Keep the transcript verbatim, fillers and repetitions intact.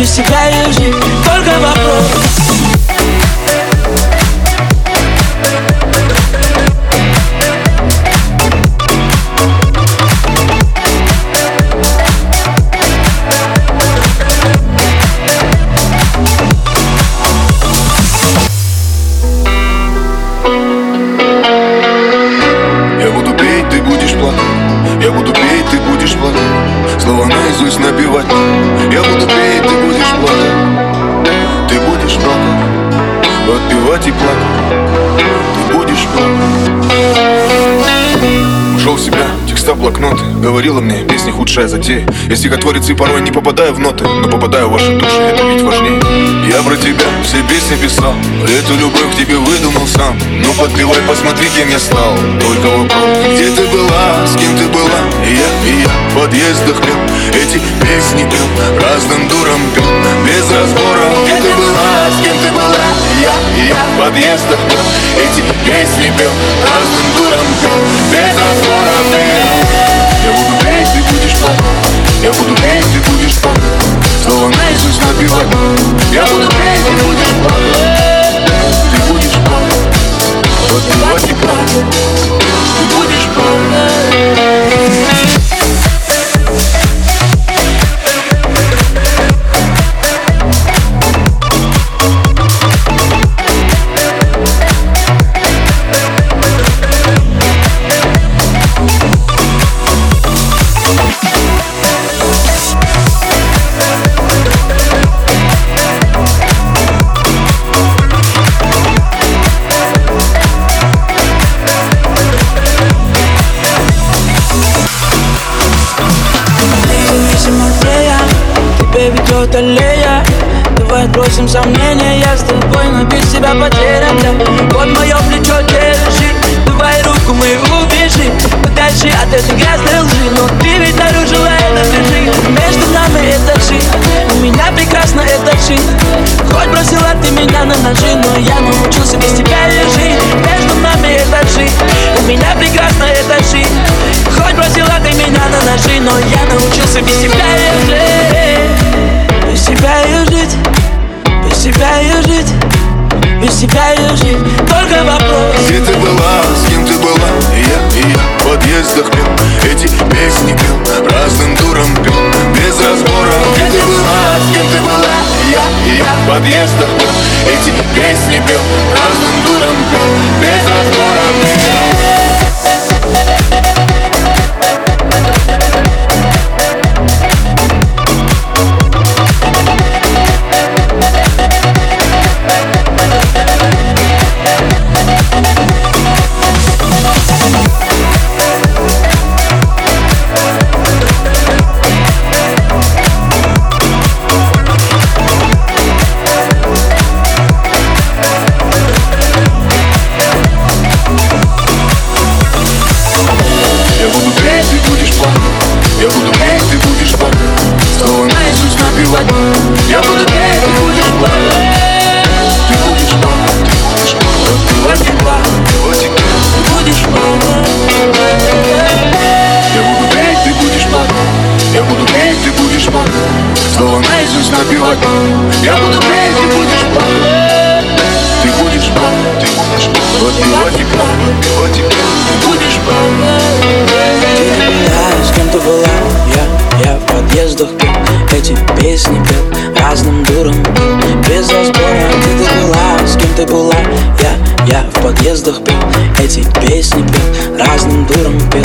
без тебя и жить только вопрос. Я буду петь, ты будешь плакать, слова наизусть напевать. Я буду петь, ты будешь плакать, ты будешь плакать, подпевать и плакать, ты будешь плакать. Ушел в себя, текста блокноты, говорила мне, песня худшая затея. Я стихотворец и порой не попадаю в ноты, но попадаю в ваши души, это ведь важнее. Я про тебя все песни писал, эту любовь к тебе выдумал сам. Ну подпевай, посмотри, кем я стал. Только вопрос, где ты была, с кем ты была? И я, и я в подъездах пел, эти песни пел, разным дурам пел, без разбора. Где ты была, с кем ты была? И я, и я в подъездах пел, эти песни пел, разным дурам пел, без разбора. Я буду петь, ты будешь плакать, я буду петь, ты будешь плакать, снова наизусть напевать. Я буду петь, ты будешь плакать, ты будешь плакать, подпевать и плакать, ты будешь плакать. Ведет аллея, давай отбросим сомнения. Я с тобой, но без тебя потерян, да. Вот мое плечо держи, давай руку мою убежи подальше от этой грязной лжи. Но ты ведь нарушила это, держи. Между нами этажи, у меня прекрасно это жить. Хоть бросила ты меня на ножи, но я научился без тебя и жить. Между нами этажи, у меня прекрасно это жить. Хоть бросила ты меня на ножи, но я научился без тебя и жить. Без тебя и жить, без тебя и жить, без тебя и жить, только вопрос. Где ты была, с кем ты была? И я, и я в подъездах пел, эти песни пел, разным дурам пел, без разбора. Где ты была, с кем ты была? И я, и я в подъездах пел, эти песни пел, разным дурам пел, без разбора. Я буду петь, ты будешь плакать, снова наизусть напевать. Я буду петь, ты будешь плакать, ты будешь плакать, ты будешь плакать, подпевать и плакать, ты будешь плакать. Я буду петь, ты будешь плакать, я буду петь, ты будешь плакать, снова наизусть напевать. Я буду петь, ты будешь плакать, ты будешь плакать, ты будешь плакать, подпевать и плакать, подпевать и плакать, ты будешь плакать. С кем ты была? Я, я в подъездах пел, эти песни пел, разным дурам пел, без разбора. Где ты была? С кем ты была? Я, я в подъездах пел, эти песни пел, разным дурам пел,